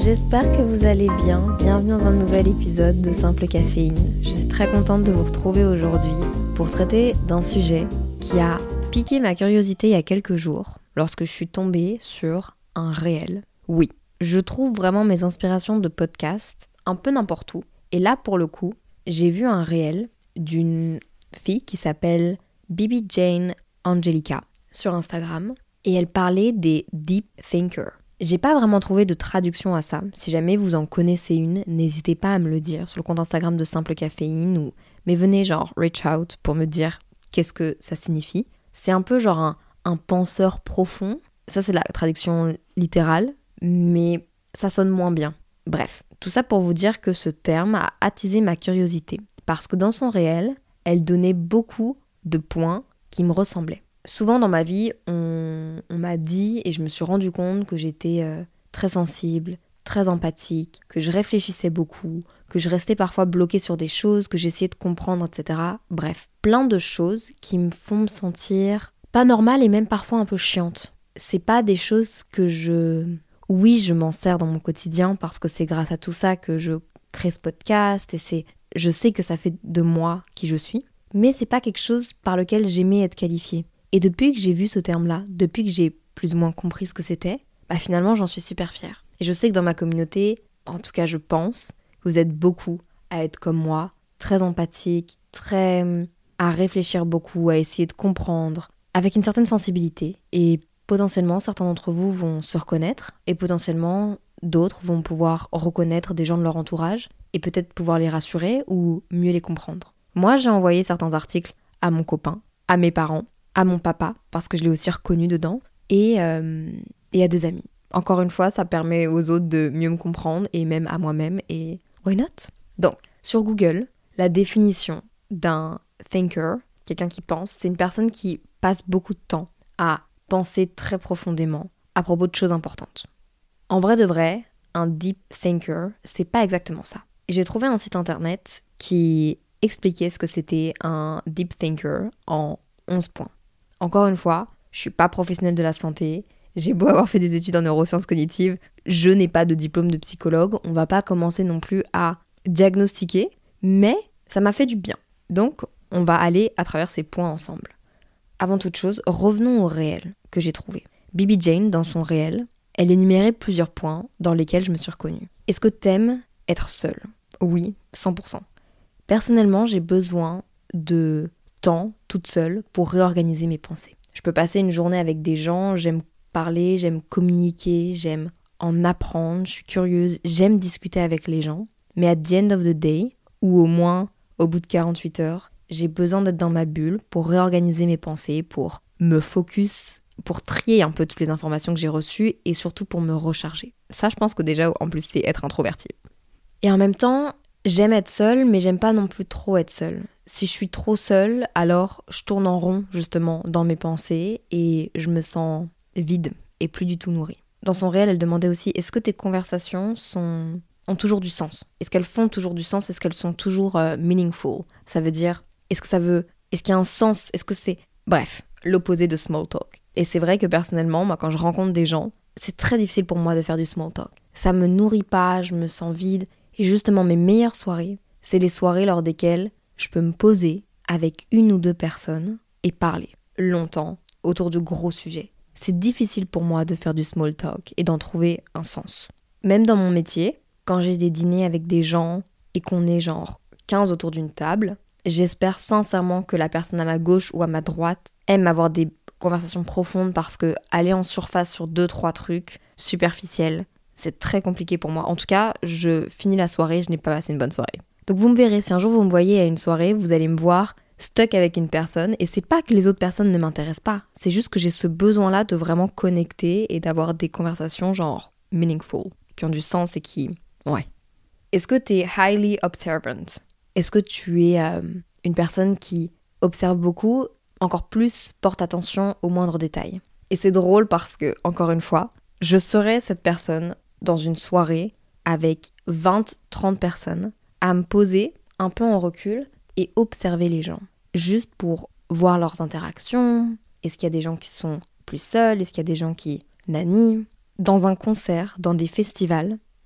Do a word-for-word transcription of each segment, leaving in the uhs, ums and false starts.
J'espère que vous allez bien. Bienvenue dans un nouvel épisode de Simple Caféine. Je suis très contente de vous retrouver aujourd'hui pour traiter d'un sujet qui a piqué ma curiosité il y a quelques jours lorsque je suis tombée sur un réel. Oui, je trouve vraiment mes inspirations de podcast un peu n'importe où. Et là, pour le coup, j'ai vu un réel d'une fille qui s'appelle Bibi Jane Angelica sur Instagram et elle parlait des deep thinkers. J'ai pas vraiment trouvé de traduction à ça. Si jamais vous en connaissez une, n'hésitez pas à me le dire sur le compte Instagram de Simple Caféine ou mais venez genre reach out pour me dire qu'est-ce que ça signifie. C'est un peu genre un, un penseur profond. Ça c'est la traduction littérale, mais ça sonne moins bien. Bref, tout ça pour vous dire que ce terme a attisé ma curiosité parce que dans son réel, elle donnait beaucoup de points qui me ressemblaient. Souvent dans ma vie, on, on m'a dit et je me suis rendu compte que j'étais euh, très sensible, très empathique, que je réfléchissais beaucoup, que je restais parfois bloquée sur des choses, que j'essayais de comprendre, et cetera. Bref, plein de choses qui me font me sentir pas normale et même parfois un peu chiante. C'est pas des choses que je... Oui, je m'en sers dans mon quotidien parce que c'est grâce à tout ça que je crée ce podcast et c'est... je sais que ça fait de moi qui je suis, mais c'est pas quelque chose par lequel j'aimais être qualifiée. Et depuis que j'ai vu ce terme-là, depuis que j'ai plus ou moins compris ce que c'était, bah finalement j'en suis super fière. Et je sais que dans ma communauté, en tout cas je pense, vous êtes beaucoup à être comme moi, très empathique, très à réfléchir beaucoup, à essayer de comprendre, avec une certaine sensibilité. Et potentiellement certains d'entre vous vont se reconnaître, et potentiellement d'autres vont pouvoir reconnaître des gens de leur entourage, et peut-être pouvoir les rassurer ou mieux les comprendre. Moi j'ai envoyé certains articles à mon copain, à mes parents, à mon papa, parce que je l'ai aussi reconnu dedans, et, euh, et à des amis. Encore une fois, ça permet aux autres de mieux me comprendre, et même à moi-même, et why not? Donc, sur Google, la définition d'un thinker, quelqu'un qui pense, c'est une personne qui passe beaucoup de temps à penser très profondément à propos de choses importantes. En vrai de vrai, un deep thinker, c'est pas exactement ça. Et j'ai trouvé un site internet qui expliquait ce que c'était un deep thinker en onze points. Encore une fois, je suis pas professionnelle de la santé, j'ai beau avoir fait des études en neurosciences cognitives, je n'ai pas de diplôme de psychologue, on va pas commencer non plus à diagnostiquer, mais ça m'a fait du bien. Donc, on va aller à travers ces points ensemble. Avant toute chose, revenons au réel que j'ai trouvé. Bibi Jane, dans son réel, elle énumérait plusieurs points dans lesquels je me suis reconnue. Est-ce que t'aimes être seule ? Oui, cent pour cent. Personnellement, j'ai besoin de temps toute seule pour réorganiser mes pensées. Je peux passer une journée avec des gens, j'aime parler, j'aime communiquer, j'aime en apprendre, je suis curieuse, j'aime discuter avec les gens, mais at the end of the day, ou au moins au bout de quarante-huit heures, j'ai besoin d'être dans ma bulle pour réorganiser mes pensées, pour me focus, pour trier un peu toutes les informations que j'ai reçues et surtout pour me recharger. Ça, je pense que déjà, en plus, c'est être introverti. Et en même temps, j'aime être seule, mais j'aime pas non plus trop être seule. Si je suis trop seule, alors je tourne en rond justement dans mes pensées et je me sens vide et plus du tout nourrie. Dans son réel, elle demandait aussi, est-ce que tes conversations sont... ont toujours du sens ? Est-ce qu'elles font toujours du sens ? Est-ce qu'elles sont toujours uh, meaningful ? Ça veut dire, est-ce que ça veut... Est-ce qu'il y a un sens ? Est-ce que c'est... Bref, l'opposé de small talk. Et c'est vrai que personnellement, moi quand je rencontre des gens, c'est très difficile pour moi de faire du small talk. Ça me nourrit pas, je me sens vide. Et justement, mes meilleures soirées, c'est les soirées lors desquelles je peux me poser avec une ou deux personnes et parler longtemps autour de gros sujets. C'est difficile pour moi de faire du small talk et d'en trouver un sens. Même dans mon métier, quand j'ai des dîners avec des gens et qu'on est genre quinze autour d'une table, j'espère sincèrement que la personne à ma gauche ou à ma droite aime avoir des conversations profondes parce que aller en surface sur deux, trois trucs superficiels, c'est très compliqué pour moi. En tout cas, je finis la soirée, je n'ai pas passé une bonne soirée. Donc vous me verrez, si un jour vous me voyez à une soirée, vous allez me voir stuck avec une personne. Et c'est pas que les autres personnes ne m'intéressent pas. C'est juste que j'ai ce besoin-là de vraiment connecter et d'avoir des conversations genre meaningful, qui ont du sens et qui... Ouais. Est-ce que t'es highly observant ? Est-ce que tu es euh, une personne qui observe beaucoup, encore plus porte attention aux moindres détails ? Et c'est drôle parce que, encore une fois, je serais cette personne dans une soirée avec vingt trente personnes à me poser un peu en recul et observer les gens. Juste pour voir leurs interactions. Est-ce qu'il y a des gens qui sont plus seuls ? Est-ce qu'il y a des gens qui nanient ? Dans un concert, dans des festivals,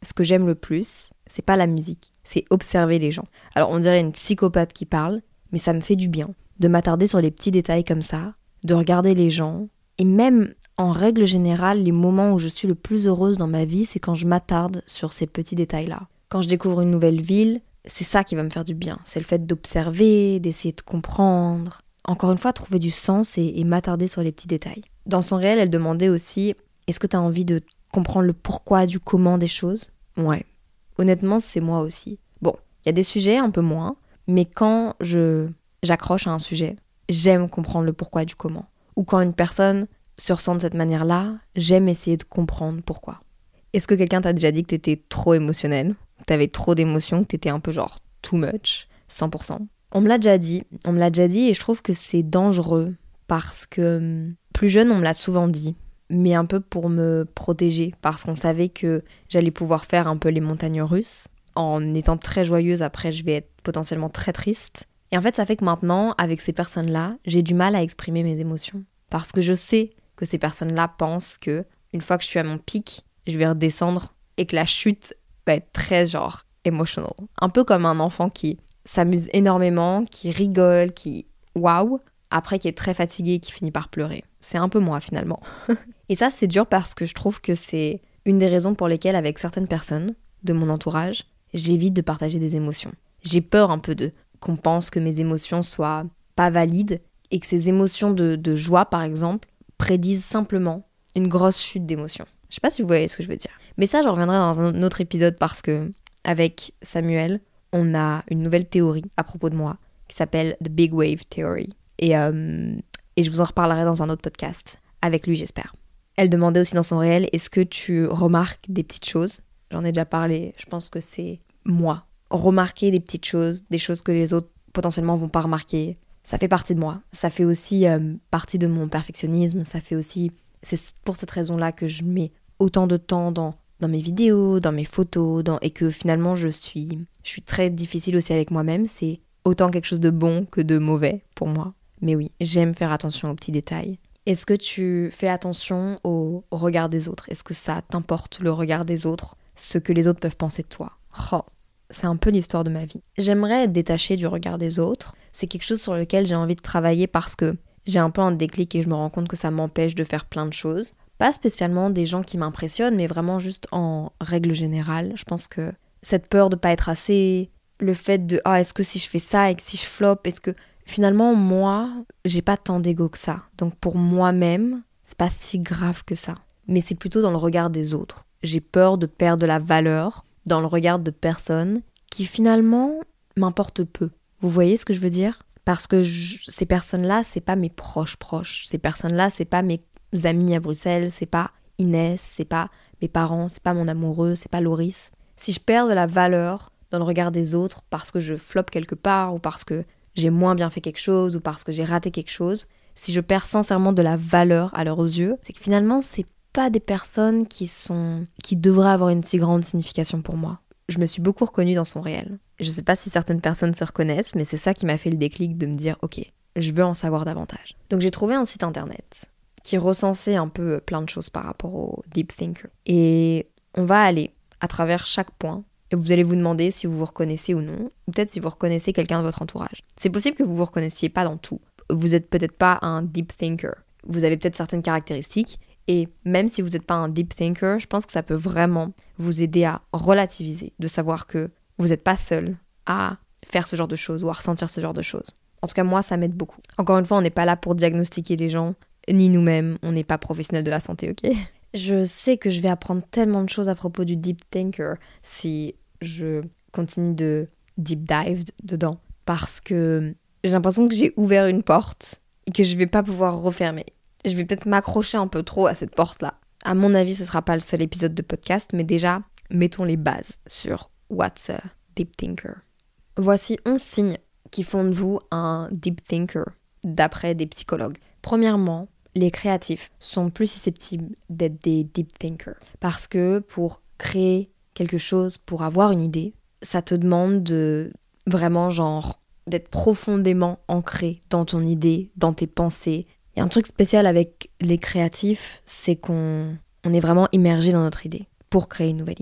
ce que j'aime le plus, c'est pas la musique, c'est observer les gens. Alors on dirait une psychopathe qui parle, mais ça me fait du bien de m'attarder sur les petits détails comme ça, de regarder les gens, et même en règle générale, les moments où je suis le plus heureuse dans ma vie, c'est quand je m'attarde sur ces petits détails-là. Quand je découvre une nouvelle ville, c'est ça qui va me faire du bien. C'est le fait d'observer, d'essayer de comprendre. Encore une fois, trouver du sens et, et m'attarder sur les petits détails. Dans son réel, elle demandait aussi, est-ce que tu as envie de comprendre le pourquoi du comment des choses ? Ouais. Honnêtement, c'est moi aussi. Bon, il y a des sujets un peu moins, mais quand je, j'accroche à un sujet, j'aime comprendre le pourquoi du comment. Ou quand une personne se ressent de cette manière-là, j'aime essayer de comprendre pourquoi. Est-ce que quelqu'un t'a déjà dit que t'étais trop émotionnel ? Que t'avais trop d'émotions, que t'étais un peu genre too much, cent pour cent. On me l'a déjà dit, on me l'a déjà dit et je trouve que c'est dangereux parce que plus jeune, on me l'a souvent dit, mais un peu pour me protéger parce qu'on savait que j'allais pouvoir faire un peu les montagnes russes. En étant très joyeuse, après, je vais être potentiellement très triste. Et en fait, ça fait que maintenant, avec ces personnes-là, j'ai du mal à exprimer mes émotions. Parce que je sais que ces personnes-là pensent que une fois que je suis à mon pic, je vais redescendre et que la chute va être très genre emotional. Un peu comme un enfant qui s'amuse énormément, qui rigole, qui waouh, après qui est très fatigué et qui finit par pleurer. C'est un peu moi finalement. Et ça c'est dur parce que je trouve que c'est une des raisons pour lesquelles avec certaines personnes de mon entourage, j'évite de partager des émotions. J'ai peur un peu de qu'on pense que mes émotions soient pas valides et que ces émotions de, de joie par exemple prédisent simplement une grosse chute d'émotions. Je sais pas si vous voyez ce que je veux dire. Mais ça, j'en reviendrai dans un autre épisode parce que, avec Samuel, on a une nouvelle théorie à propos de moi qui s'appelle The Big Wave Theory. Et, euh, et je vous en reparlerai dans un autre podcast, avec lui j'espère. Elle demandait aussi dans son réel, est-ce que tu remarques des petites choses ? J'en ai déjà parlé, je pense que c'est moi. Remarquer des petites choses, des choses que les autres potentiellement vont pas remarquer. Ça fait partie de moi. Ça fait aussi euh, partie de mon perfectionnisme. Ça fait aussi... C'est pour cette raison-là que je mets autant de temps dans, dans mes vidéos, dans mes photos, dans, et que finalement je suis, je suis très difficile aussi avec moi-même. C'est autant quelque chose de bon que de mauvais pour moi. Mais oui, j'aime faire attention aux petits détails. Est-ce que tu fais attention au, au regard des autres ? Est-ce que ça t'importe le regard des autres ? Ce que les autres peuvent penser de toi ? Oh, c'est un peu l'histoire de ma vie. J'aimerais être détachée du regard des autres. C'est quelque chose sur lequel j'ai envie de travailler parce que j'ai un peu un déclic et je me rends compte que ça m'empêche de faire plein de choses. Pas spécialement des gens qui m'impressionnent, mais vraiment juste en règle générale. Je pense que cette peur de pas être assez, le fait de « Ah, est-ce que si je fais ça et que si je flop, est-ce que… » Finalement, moi, j'ai pas tant d'ego que ça. Donc pour moi-même, c'est pas si grave que ça. Mais c'est plutôt dans le regard des autres. J'ai peur de perdre de la valeur dans le regard de personnes qui finalement m'importent peu. Vous voyez ce que je veux dire ? Parce que je, ces personnes-là, c'est pas mes proches proches. Ces personnes-là, c'est pas mes amis à Bruxelles, c'est pas Inès, c'est pas mes parents, c'est pas mon amoureux, c'est pas Loris. Si je perds de la valeur dans le regard des autres parce que je floppe quelque part ou parce que j'ai moins bien fait quelque chose ou parce que j'ai raté quelque chose, si je perds sincèrement de la valeur à leurs yeux, c'est que finalement, c'est pas des personnes qui sont, qui devraient avoir une si grande signification pour moi. Je me suis beaucoup reconnue dans son réel. Je sais pas si certaines personnes se reconnaissent, mais c'est ça qui m'a fait le déclic de me dire « Ok, je veux en savoir davantage ». Donc j'ai trouvé un site internet qui recensait un peu plein de choses par rapport au Deep Thinker. Et on va aller à travers chaque point et vous allez vous demander si vous vous reconnaissez ou non, ou peut-être si vous reconnaissez quelqu'un de votre entourage. C'est possible que vous vous reconnaissiez pas dans tout. Vous êtes peut-être pas un Deep Thinker. Vous avez peut-être certaines caractéristiques. Et même si vous n'êtes pas un deep thinker, je pense que ça peut vraiment vous aider à relativiser, de savoir que vous n'êtes pas seul à faire ce genre de choses ou à ressentir ce genre de choses. En tout cas, moi, ça m'aide beaucoup. Encore une fois, on n'est pas là pour diagnostiquer les gens, ni nous-mêmes, on n'est pas professionnels de la santé, ok ? Je sais que je vais apprendre tellement de choses à propos du deep thinker si je continue de deep dive dedans, parce que j'ai l'impression que j'ai ouvert une porte et que je vais pas pouvoir refermer. Je vais peut-être m'accrocher un peu trop à cette porte-là. À mon avis, ce sera pas le seul épisode de podcast, mais déjà, mettons les bases sur What's a Deep Thinker. Voici onze signes qui font de vous un Deep Thinker, d'après des psychologues. Premièrement, les créatifs sont plus susceptibles d'être des Deep Thinkers. Parce que pour créer quelque chose, pour avoir une idée, ça te demande de vraiment genre d'être profondément ancré dans ton idée, dans tes pensées. Il y a un truc spécial avec les créatifs, c'est qu'on on est vraiment immergé dans notre idée pour créer une nouvelle idée.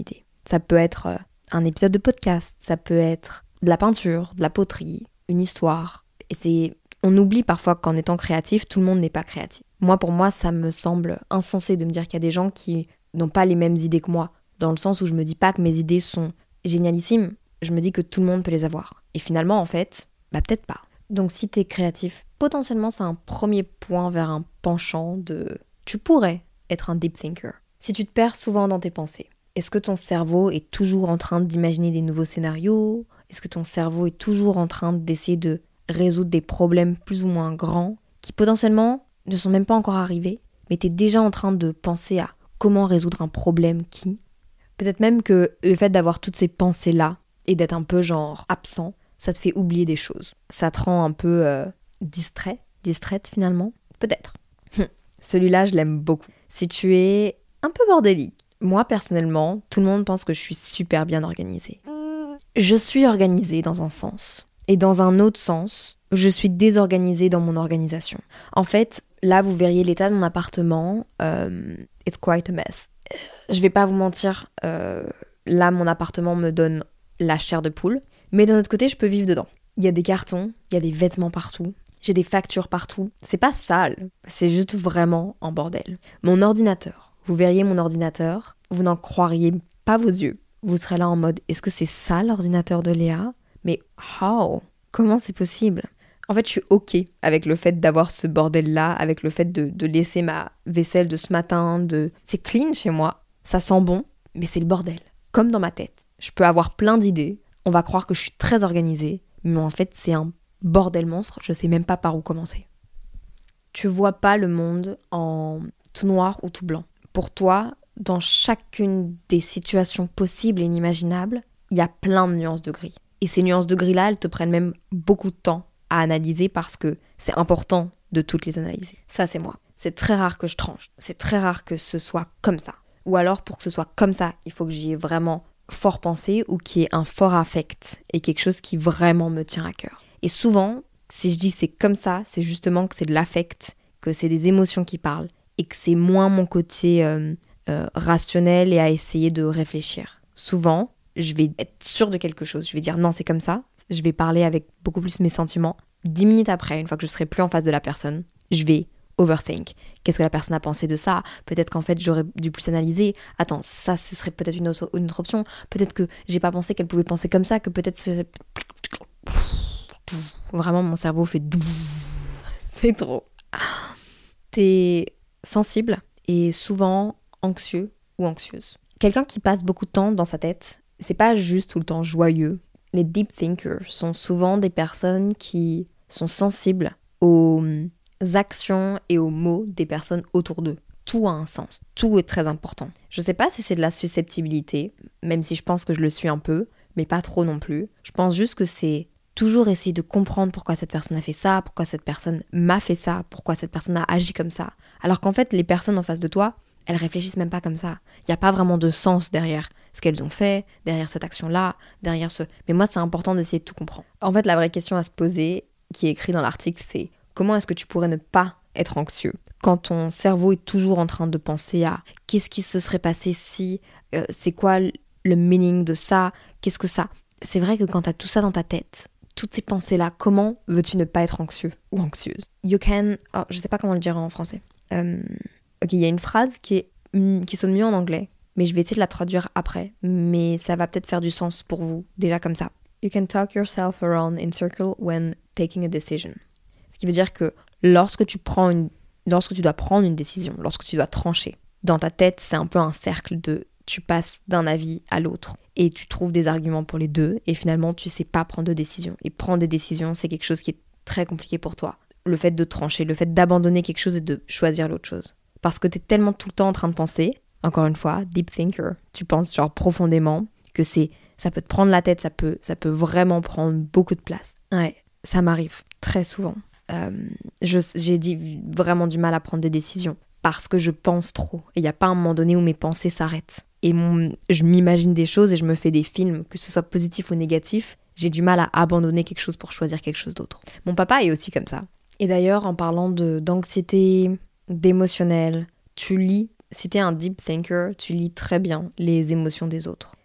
Ça peut être euh, un épisode de podcast, ça peut être de la peinture, de la poterie, une histoire. Et c'est... On oublie parfois qu'en étant créatif, tout le monde n'est pas créatif. Moi, pour moi, ça me semble insensé de me dire qu'il y a des gens qui n'ont pas les mêmes idées que moi, dans le sens où je me dis pas que mes idées sont génialissimes, je me dis que tout le monde peut les avoir. Et finalement, en fait, bah peut-être pas. Donc si t'es créatif, potentiellement c'est un premier point vers un penchant de... Tu pourrais être un deep thinker. Si tu te perds souvent dans tes pensées, est-ce que ton cerveau est toujours en train d'imaginer des nouveaux scénarios ? Est-ce que ton cerveau est toujours en train d'essayer de résoudre des problèmes plus ou moins grands qui potentiellement ne sont même pas encore arrivés, mais t'es déjà en train de penser à comment résoudre un problème qui... Peut-être même que le fait d'avoir toutes ces pensées-là et d'être un peu genre absent, ça te fait oublier des choses. Ça te rend un peu euh, distrait, distraite finalement. Peut-être. Celui-là, je l'aime beaucoup. Si tu es un peu bordélique, moi personnellement, tout le monde pense que je suis super bien organisée. Je suis organisée dans un sens. Et dans un autre sens, je suis désorganisée dans mon organisation. En fait, là, vous verriez l'état de mon appartement. Euh, it's quite a mess. Je vais pas vous mentir, euh, là, mon appartement me donne la chair de poule. Mais d'un autre côté, je peux vivre dedans. Il y a des cartons, il y a des vêtements partout, j'ai des factures partout. C'est pas sale, c'est juste vraiment en bordel. Mon ordinateur, vous verriez mon ordinateur, vous n'en croiriez pas vos yeux. Vous serez là en mode, est-ce que c'est ça l'ordinateur de Léa ? Mais how ? Comment c'est possible ? En fait, je suis ok avec le fait d'avoir ce bordel-là, avec le fait de, de laisser ma vaisselle de ce matin, de... C'est clean chez moi, ça sent bon, mais c'est le bordel. Comme dans ma tête. Je peux avoir plein d'idées, on va croire que je suis très organisée, mais en fait, c'est un bordel monstre, je sais même pas par où commencer. Tu vois pas le monde en tout noir ou tout blanc. Pour toi, dans chacune des situations possibles et inimaginables, il y a plein de nuances de gris. Et ces nuances de gris-là, elles te prennent même beaucoup de temps à analyser parce que c'est important de toutes les analyser. Ça, c'est moi. C'est très rare que je tranche. C'est très rare que ce soit comme ça. Ou alors, pour que ce soit comme ça, il faut que j'y ai vraiment fort pensé ou qu'il y ait un fort affect et quelque chose qui vraiment me tient à cœur. Et souvent, si je dis c'est comme ça, c'est justement que c'est de l'affect, que c'est des émotions qui parlent et que c'est moins mon côté euh, euh, rationnel et à essayer de réfléchir. Souvent, je vais être sûre de quelque chose, je vais dire non, c'est comme ça, je vais parler avec beaucoup plus mes sentiments. Dix minutes après, une fois que je serai plus en face de la personne, je vais overthink. Qu'est-ce que la personne a pensé de ça ? Peut-être qu'en fait, j'aurais dû plus analyser. Attends, ça, ce serait peut-être une autre, une autre option. Peut-être que j'ai pas pensé qu'elle pouvait penser comme ça, que peut-être... Ce... Vraiment, mon cerveau fait... C'est trop. T'es sensible et souvent anxieux ou anxieuse. Quelqu'un qui passe beaucoup de temps dans sa tête, c'est pas juste tout le temps joyeux. Les deep thinkers sont souvent des personnes qui sont sensibles aux actions et aux mots des personnes autour d'eux. Tout a un sens, tout est très important. Je sais pas si c'est de la susceptibilité, même si je pense que je le suis un peu, mais pas trop non plus. Je pense juste que c'est toujours essayer de comprendre pourquoi cette personne a fait ça, pourquoi cette personne m'a fait ça, pourquoi cette personne a agi comme ça. Alors qu'en fait, les personnes en face de toi, elles réfléchissent même pas comme ça. Il n'y a pas vraiment de sens derrière ce qu'elles ont fait, derrière cette action-là, derrière ce... Mais moi, c'est important d'essayer de tout comprendre. En fait, la vraie question à se poser, qui est écrite dans l'article, c'est comment est-ce que tu pourrais ne pas être anxieux quand ton cerveau est toujours en train de penser à qu'est-ce qui se serait passé si, euh, c'est quoi le meaning de ça, qu'est-ce que ça... C'est vrai que quand t'as tout ça dans ta tête, toutes ces pensées-là, comment veux-tu ne pas être anxieux ou anxieuse ? You can... Oh, je sais pas comment le dire en français. Euh... Ok, il y a une phrase qui, est, qui sonne mieux en anglais, mais je vais essayer de la traduire après, mais ça va peut-être faire du sens pour vous, déjà comme ça. You can talk yourself around in circle when taking a decision. Ce qui veut dire que lorsque tu prends une, lorsque tu dois prendre une décision, lorsque tu dois trancher, dans ta tête, c'est un peu un cercle de tu passes d'un avis à l'autre et tu trouves des arguments pour les deux et finalement tu sais pas prendre de décision. Et prendre des décisions, c'est quelque chose qui est très compliqué pour toi. Le fait de trancher, le fait d'abandonner quelque chose et de choisir l'autre chose. Parce que t'es tellement tout le temps en train de penser, encore une fois, deep thinker, tu penses genre profondément, que c'est, ça peut te prendre la tête, ça peut, ça peut vraiment prendre beaucoup de place. Ouais, ça m'arrive très souvent. Euh, je, j'ai dit, vraiment du mal à prendre des décisions, parce que je pense trop. Et il n'y a pas un moment donné où mes pensées s'arrêtent. Et mon, je m'imagine des choses et je me fais des films, que ce soit positif ou négatif, j'ai du mal à abandonner quelque chose pour choisir quelque chose d'autre. Mon papa est aussi comme ça. Et d'ailleurs, en parlant de, d'anxiété... d'émotionnel, tu lis, si t'es un deep thinker, tu lis très bien les émotions des autres.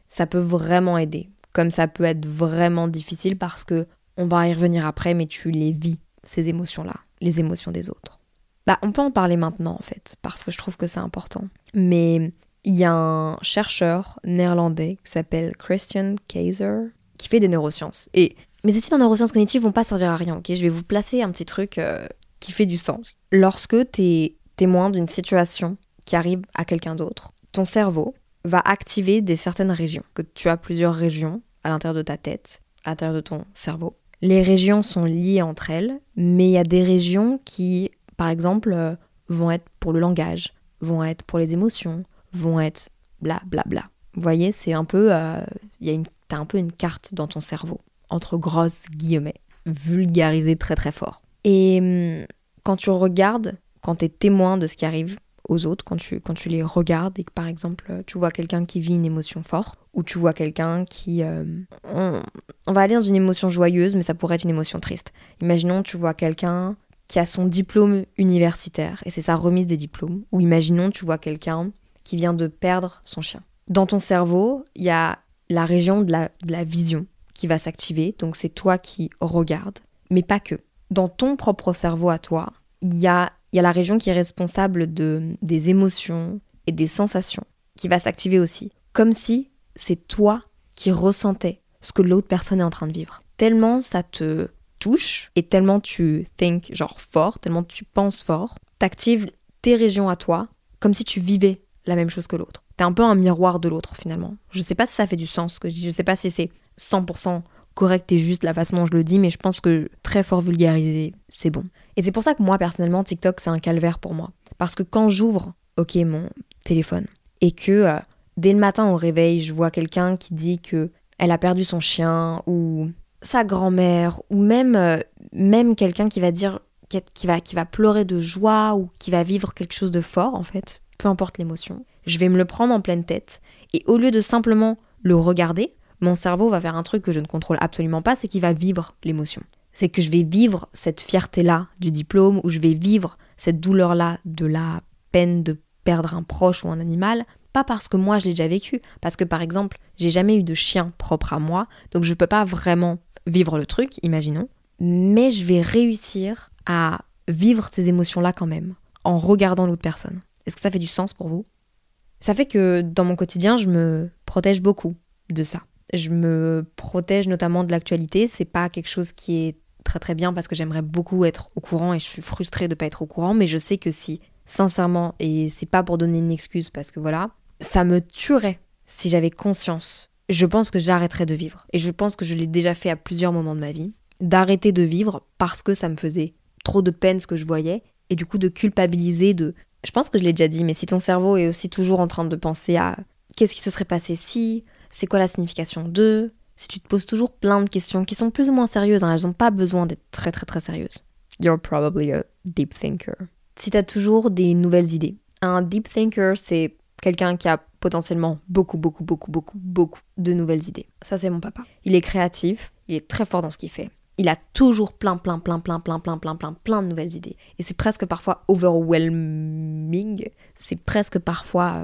ça peut vraiment aider. Comme ça peut être vraiment difficile parce que on va y revenir après, mais tu les vis, ces émotions-là, les émotions des autres. Bah, on peut en parler maintenant en fait, parce que je trouve que c'est important. Mais il y a un chercheur néerlandais qui s'appelle Christian Keizer qui fait des neurosciences. Et mes études en neurosciences cognitives vont pas servir à rien, ok ? Je vais vous placer un petit truc euh, qui fait du sens. Lorsque t'es témoin d'une situation qui arrive à quelqu'un d'autre, ton cerveau va activer des certaines régions. Que tu as plusieurs régions à l'intérieur de ta tête, à l'intérieur de ton cerveau. Les régions sont liées entre elles, mais il y a des régions qui, par exemple, euh, vont être pour le langage, vont être pour les émotions, vont être bla bla bla. Vous voyez, c'est un peu, euh, y a une, t'as un peu une carte dans ton cerveau, entre grosses guillemets, vulgarisée très très fort. Et hum, quand tu regardes, quand t'es témoin de ce qui arrive aux autres, quand tu, quand tu les regardes et que par exemple tu vois quelqu'un qui vit une émotion forte, ou tu vois quelqu'un qui... Euh, on, on va aller dans une émotion joyeuse, mais ça pourrait être une émotion triste. Imaginons tu vois quelqu'un qui a son diplôme universitaire, et c'est sa remise des diplômes, ou imaginons tu vois quelqu'un qui vient de perdre son chien. Dans ton cerveau, il y a la région de la, de la vision qui va s'activer, donc c'est toi qui regardes, mais pas que. Dans ton propre cerveau à toi, il y a Il y a la région qui est responsable de, des émotions et des sensations qui va s'activer aussi. Comme si c'est toi qui ressentais ce que l'autre personne est en train de vivre. Tellement ça te touche et tellement tu think genre fort, tellement tu penses fort, t'actives tes régions à toi comme si tu vivais la même chose que l'autre. T'es un peu un miroir de l'autre finalement. Je sais pas si ça fait du sens ce que je dis, je sais pas si c'est cent pour cent correct et juste la façon dont je le dis, mais je pense que très fort vulgarisé, c'est bon. Et c'est pour ça que moi, personnellement, TikTok, c'est un calvaire pour moi. Parce que quand j'ouvre, ok, mon téléphone, et que euh, dès le matin au réveil, je vois quelqu'un qui dit que elle a perdu son chien, ou sa grand-mère, ou même, euh, même quelqu'un qui va dire, qui, qui, va, qui va pleurer de joie, ou qui va vivre quelque chose de fort, en fait, peu importe l'émotion, je vais me le prendre en pleine tête, et au lieu de simplement le regarder, mon cerveau va faire un truc que je ne contrôle absolument pas, c'est qu'il va vivre l'émotion. C'est que je vais vivre cette fierté-là du diplôme, ou je vais vivre cette douleur-là de la peine de perdre un proche ou un animal, pas parce que moi je l'ai déjà vécu, parce que par exemple, j'ai jamais eu de chien propre à moi, donc je peux pas vraiment vivre le truc, imaginons, mais je vais réussir à vivre ces émotions-là quand même, en regardant l'autre personne. Est-ce que ça fait du sens pour vous ? Ça fait que dans mon quotidien, je me protège beaucoup de ça. Je me protège notamment de l'actualité, c'est pas quelque chose qui est très très bien parce que j'aimerais beaucoup être au courant et je suis frustrée de pas être au courant, mais je sais que si, sincèrement, et c'est pas pour donner une excuse parce que voilà, ça me tuerait si j'avais conscience. Je pense que j'arrêterais de vivre. Et je pense que je l'ai déjà fait à plusieurs moments de ma vie, d'arrêter de vivre parce que ça me faisait trop de peine ce que je voyais et du coup de culpabiliser, de... Je pense que je l'ai déjà dit, mais si ton cerveau est aussi toujours en train de penser à qu'est-ce qui se serait passé si... C'est quoi la signification de... Si tu te poses toujours plein de questions qui sont plus ou moins sérieuses, hein, elles n'ont pas besoin d'être très très très sérieuses. You're probably a deep thinker. Si tu as toujours des nouvelles idées. Un deep thinker, c'est quelqu'un qui a potentiellement beaucoup, beaucoup, beaucoup, beaucoup, beaucoup de nouvelles idées. Ça, c'est mon papa. Il est créatif, il est très fort dans ce qu'il fait. Il a toujours plein, plein, plein, plein, plein, plein, plein, plein, plein de nouvelles idées. Et c'est presque parfois overwhelming. C'est presque parfois...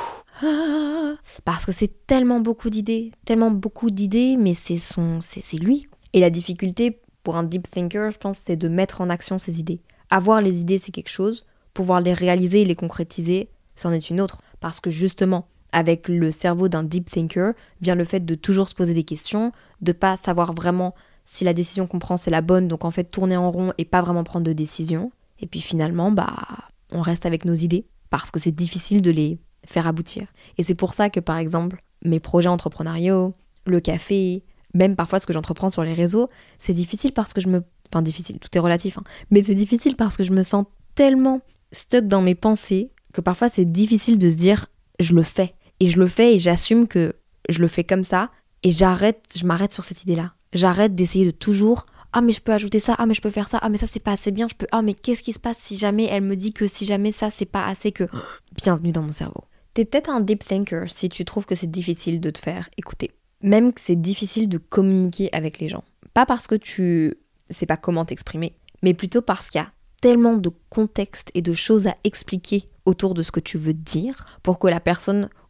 Euh, parce que c'est tellement beaucoup d'idées, tellement beaucoup d'idées, mais c'est, son, c'est, c'est lui. Et la difficulté pour un deep thinker, je pense, c'est de mettre en action ses idées. Avoir les idées, c'est quelque chose. Pouvoir les réaliser et les concrétiser, c'en est une autre. Parce que justement, avec le cerveau d'un deep thinker, vient le fait de toujours se poser des questions, de pas savoir vraiment si la décision qu'on prend c'est la bonne, donc en fait tourner en rond et pas vraiment prendre de décision. Et puis finalement, bah, on reste avec nos idées, parce que c'est difficile de les faire aboutir. Et c'est pour ça que par exemple, mes projets entrepreneuriaux, le café, même parfois ce que j'entreprends sur les réseaux, c'est difficile parce que je me... Enfin difficile, tout est relatif, hein. Mais c'est difficile parce que je me sens tellement stuck dans mes pensées que parfois c'est difficile de se dire je le fais. Et je le fais et j'assume que je le fais comme ça et j'arrête, je m'arrête sur cette idée-là. J'arrête d'essayer de toujours ah mais je peux ajouter ça, ah mais je peux faire ça, ah mais ça c'est pas assez bien, je peux ah mais qu'est-ce qui se passe si jamais elle me dit que si jamais ça c'est pas assez que bienvenue dans mon cerveau. T'es peut-être un deep thinker si tu trouves que c'est difficile de te faire écouter. Même que c'est difficile de communiquer avec les gens. Pas parce que tu sais pas comment t'exprimer, mais plutôt parce qu'il y a tellement de contexte et de choses à expliquer autour de ce que tu veux dire pour que la personne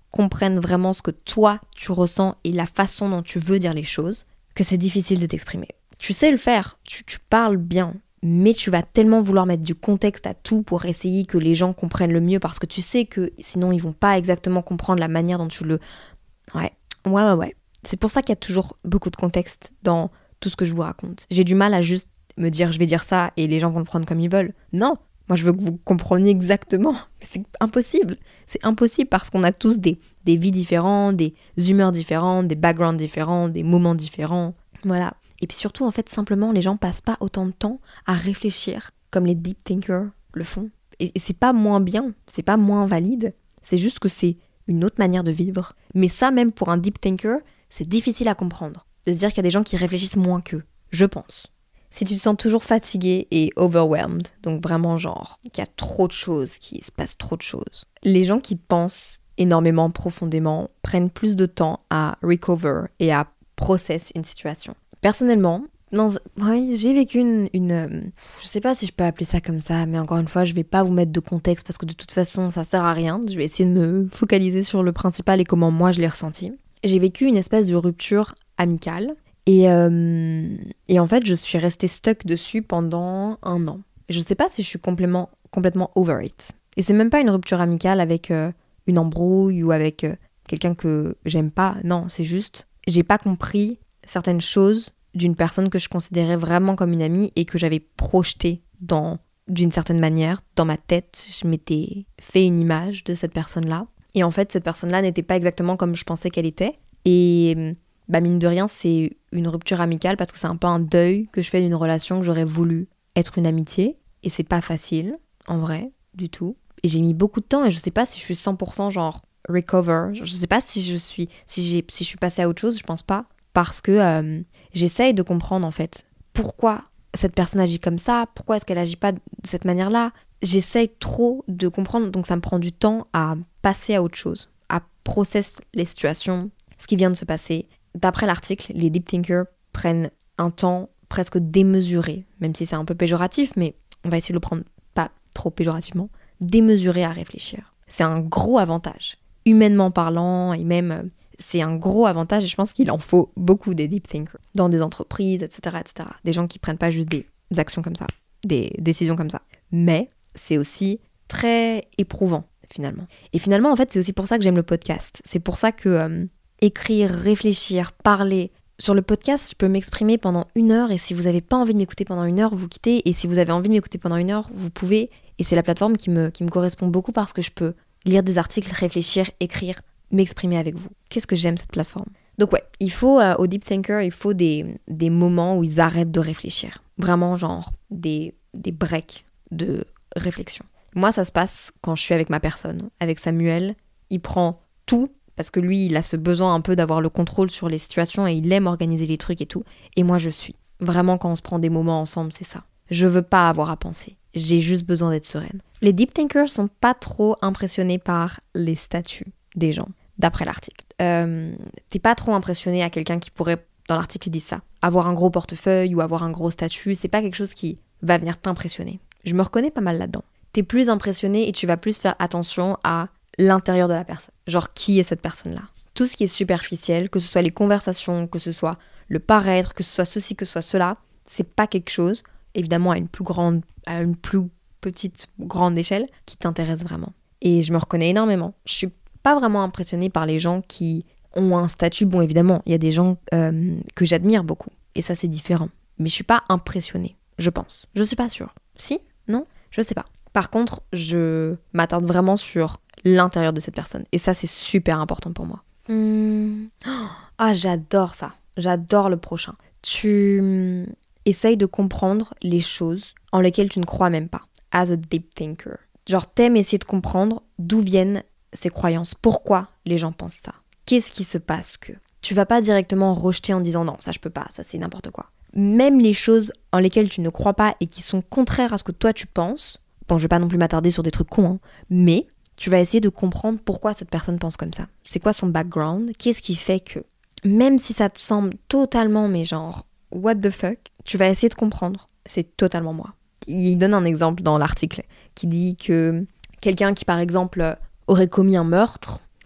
comprennent vraiment ce que toi, tu ressens et la façon dont tu veux dire les choses, que c'est difficile de t'exprimer. Tu sais le faire, tu, tu parles bien, mais tu vas tellement vouloir mettre du contexte à tout pour essayer que les gens comprennent le mieux parce que tu sais que sinon ils vont pas exactement comprendre la manière dont tu le... Ouais, ouais, ouais, ouais. C'est pour ça qu'il y a toujours beaucoup de contexte dans tout ce que je vous raconte. J'ai du mal à juste me dire je vais dire ça et les gens vont le prendre comme ils veulent. Non, moi je veux que vous compreniez exactement. Mais c'est impossible. C'est impossible parce qu'on a tous des, des vies différentes, des humeurs différentes, des backgrounds différents, des moments différents. Voilà. Et puis surtout, en fait, simplement, les gens passent pas autant de temps à réfléchir comme les deep thinkers le font. Et, et c'est pas moins bien, c'est pas moins valide. C'est juste que c'est une autre manière de vivre. Mais ça, même pour un deep thinker, c'est difficile à comprendre. De se dire qu'il y a des gens qui réfléchissent moins qu'eux, je pense. Si tu te sens toujours fatigué et overwhelmed, donc vraiment genre qu'il y a trop de choses, qu'il se passe trop de choses, les gens qui pensent énormément, profondément, prennent plus de temps à recover et à process une situation. Personnellement, non, ouais, j'ai vécu une, une euh, je sais pas si je peux appeler ça comme ça, mais encore une fois, je vais pas vous mettre de contexte parce que de toute façon, ça sert à rien. Je vais essayer de me focaliser sur le principal et comment moi je l'ai ressenti. J'ai vécu une espèce de rupture amicale et, euh, et en fait, je suis restée stuck dessus pendant un an. Je sais pas si je suis complètement, complètement over it. Et c'est même pas une rupture amicale avec euh, une embrouille ou avec euh, quelqu'un que j'aime pas. Non, c'est juste, j'ai pas compris certaines choses d'une personne que je considérais vraiment comme une amie et que j'avais projetée dans, d'une certaine manière, dans ma tête. Je m'étais fait une image de cette personne-là. Et en fait, cette personne-là n'était pas exactement comme je pensais qu'elle était. Et bah, mine de rien, c'est une rupture amicale parce que c'est un peu un deuil que je fais d'une relation que j'aurais voulu être une amitié. Et c'est pas facile, en vrai, du tout. Et j'ai mis beaucoup de temps et je sais pas si je suis cent pour cent genre recover. Je sais pas si je suis, si j'ai, si je suis passée à autre chose, je pense pas. Parce que euh, j'essaye de comprendre en fait pourquoi cette personne agit comme ça, pourquoi est-ce qu'elle agit pas de cette manière-là. J'essaye trop de comprendre, donc ça me prend du temps à passer à autre chose, à process les situations, ce qui vient de se passer. D'après l'article, les deep thinkers prennent un temps presque démesuré, même si c'est un peu péjoratif, mais on va essayer de le prendre pas trop péjorativement, démesuré à réfléchir. C'est un gros avantage, humainement parlant et même... C'est un gros avantage et je pense qu'il en faut beaucoup des deep thinkers dans des entreprises, et cetera, et cetera. Des gens qui prennent pas juste des actions comme ça, des décisions comme ça. Mais c'est aussi très éprouvant finalement. Et finalement, en fait, c'est aussi pour ça que j'aime le podcast. C'est pour ça que euh, écrire, réfléchir, parler... Sur le podcast, je peux m'exprimer pendant une heure et si vous n'avez pas envie de m'écouter pendant une heure, vous quittez. Et si vous avez envie de m'écouter pendant une heure, vous pouvez. Et c'est la plateforme qui me, qui me correspond beaucoup parce que je peux lire des articles, réfléchir, écrire, m'exprimer avec vous. Qu'est-ce que j'aime cette plateforme. Donc ouais, il faut, euh, aux deep thinkers, il faut des, des moments où ils arrêtent de réfléchir. Vraiment genre des, des breaks de réflexion. Moi, ça se passe quand je suis avec ma personne. Avec Samuel, il prend tout, parce que lui, il a ce besoin un peu d'avoir le contrôle sur les situations et il aime organiser les trucs et tout. Et moi, je suis. Vraiment, quand on se prend des moments ensemble, c'est ça. Je veux pas avoir à penser. J'ai juste besoin d'être sereine. Les deep thinkers sont pas trop impressionnés par les statuts des gens, d'après l'article. Euh, t'es pas trop impressionné à quelqu'un qui pourrait, dans l'article, ils disent ça, avoir un gros portefeuille ou avoir un gros statut, c'est pas quelque chose qui va venir t'impressionner. Je me reconnais pas mal là-dedans. T'es plus impressionné et tu vas plus faire attention à l'intérieur de la personne. Genre, qui est cette personne-là ? Tout ce qui est superficiel, que ce soit les conversations, que ce soit le paraître, que ce soit ceci, que ce soit cela, c'est pas quelque chose, évidemment à une plus grande, à une plus petite, grande échelle, qui t'intéresse vraiment. Et je me reconnais énormément. Je suis pas vraiment impressionnée par les gens qui ont un statut. Bon, évidemment, il y a des gens euh, que j'admire beaucoup. Et ça, c'est différent. Mais je suis pas impressionnée, je pense. Je suis pas sûre. Si ? Non ? Je sais pas. Par contre, je m'attarde vraiment sur l'intérieur de cette personne. Et ça, c'est super important pour moi. Mmh. Ah, j'adore ça. J'adore le prochain. Tu mmh, essayes de comprendre les choses en lesquelles tu ne crois même pas. As a deep thinker. Genre, t'aimes essayer de comprendre d'où viennent ces croyances. Pourquoi les gens pensent ça ? Qu'est-ce qui se passe que ? Tu vas pas directement rejeter en disant non, ça je peux pas, ça c'est n'importe quoi. Même les choses en lesquelles tu ne crois pas et qui sont contraires à ce que toi tu penses, bon, je vais pas non plus m'attarder sur des trucs cons, hein, mais tu vas essayer de comprendre pourquoi cette personne pense comme ça. C'est quoi son background ? Qu'est-ce qui fait que, même si ça te semble totalement, mais genre, what the fuck, tu vas essayer de comprendre. C'est totalement moi. Il donne un exemple dans l'article qui dit que quelqu'un qui, par exemple, aurait commis un meurtre,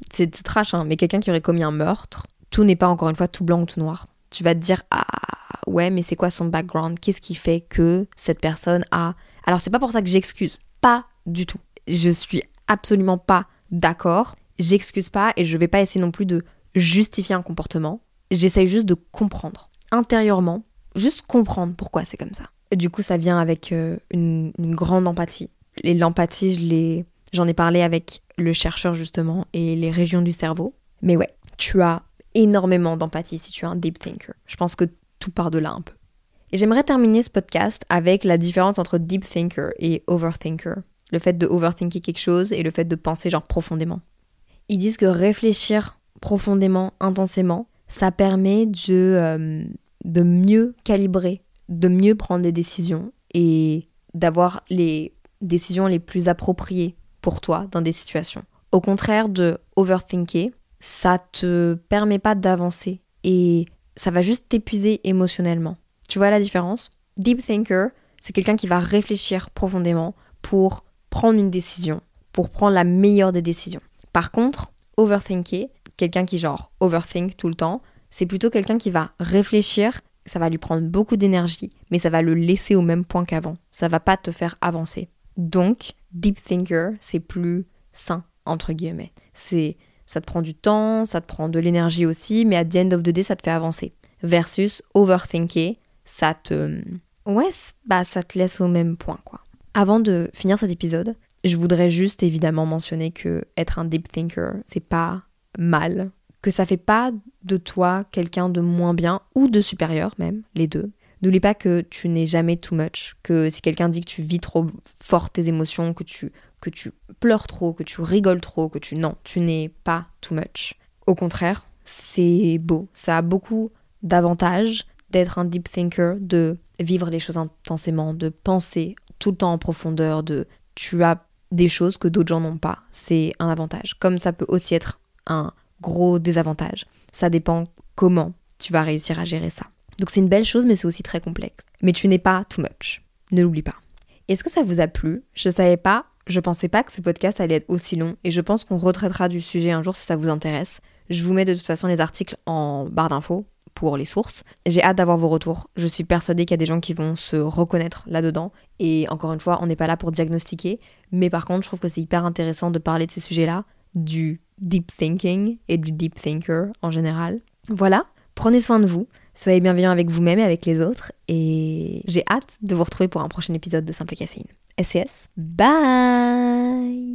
c'est, c'est trash, hein, mais quelqu'un qui aurait commis un meurtre, tout n'est pas encore une fois tout blanc ou tout noir. Tu vas te dire, ah ouais, mais c'est quoi son background? Qu'est-ce qui fait que cette personne a... Alors c'est pas pour ça que j'excuse, pas du tout. Je suis absolument pas d'accord, j'excuse pas et je vais pas essayer non plus de justifier un comportement. J'essaye juste de comprendre, intérieurement, juste comprendre pourquoi c'est comme ça. Et du coup, ça vient avec euh, une, une grande empathie. Et l'empathie, je l'ai, j'en ai parlé avec le chercheur justement et les régions du cerveau. Mais ouais, tu as énormément d'empathie si tu es un deep thinker. Je pense que tout part de là un peu. Et j'aimerais terminer ce podcast avec la différence entre deep thinker et overthinker. Le fait de overthinker quelque chose et le fait de penser genre profondément. Ils disent que réfléchir profondément, intensément, ça permet de, euh, de mieux calibrer, de mieux prendre des décisions et d'avoir les décisions les plus appropriées pour toi dans des situations. Au contraire de overthinker, ça te permet pas d'avancer et ça va juste t'épuiser émotionnellement. Tu vois la différence? Deep thinker, c'est quelqu'un qui va réfléchir profondément pour prendre une décision, pour prendre la meilleure des décisions. Par contre, overthinker, quelqu'un qui genre overthink tout le temps, c'est plutôt quelqu'un qui va réfléchir, ça va lui prendre beaucoup d'énergie, mais ça va le laisser au même point qu'avant. Ça va pas te faire avancer. Donc, deep thinker, c'est plus sain, entre guillemets. C'est, ça te prend du temps, ça te prend de l'énergie aussi, mais at the end of the day, ça te fait avancer. Versus overthinker, ça te... Ouais, bah ça te laisse au même point, quoi. Avant de finir cet épisode, je voudrais juste évidemment mentionner que être un deep thinker, c'est pas mal, que ça fait pas de toi quelqu'un de moins bien ou de supérieur même, les deux. N'oublie pas que tu n'es jamais too much, que si quelqu'un dit que tu vis trop fort tes émotions, que tu, que tu pleures trop, que tu rigoles trop, que tu... Non, tu n'es pas too much. Au contraire, c'est beau, ça a beaucoup d'avantages d'être un deep thinker, de vivre les choses intensément, de penser tout le temps en profondeur, de tu as des choses que d'autres gens n'ont pas. C'est un avantage. Comme ça peut aussi être un gros désavantage. Ça dépend comment tu vas réussir à gérer ça. Donc c'est une belle chose, mais c'est aussi très complexe. Mais tu n'es pas too much. Ne l'oublie pas. Est-ce que ça vous a plu? Je savais pas, je pensais pas que ce podcast allait être aussi long et je pense qu'on retraitera du sujet un jour si ça vous intéresse. Je vous mets de toute façon les articles en barre d'infos pour les sources. J'ai hâte d'avoir vos retours. Je suis persuadée qu'il y a des gens qui vont se reconnaître là-dedans. Et encore une fois, on n'est pas là pour diagnostiquer. Mais par contre, je trouve que c'est hyper intéressant de parler de ces sujets-là, du deep thinking et du deep thinker en général. Voilà, prenez soin de vous. Soyez bienveillants avec vous-même et avec les autres. Et j'ai hâte de vous retrouver pour un prochain épisode de Simple Caféine. S C S, bye!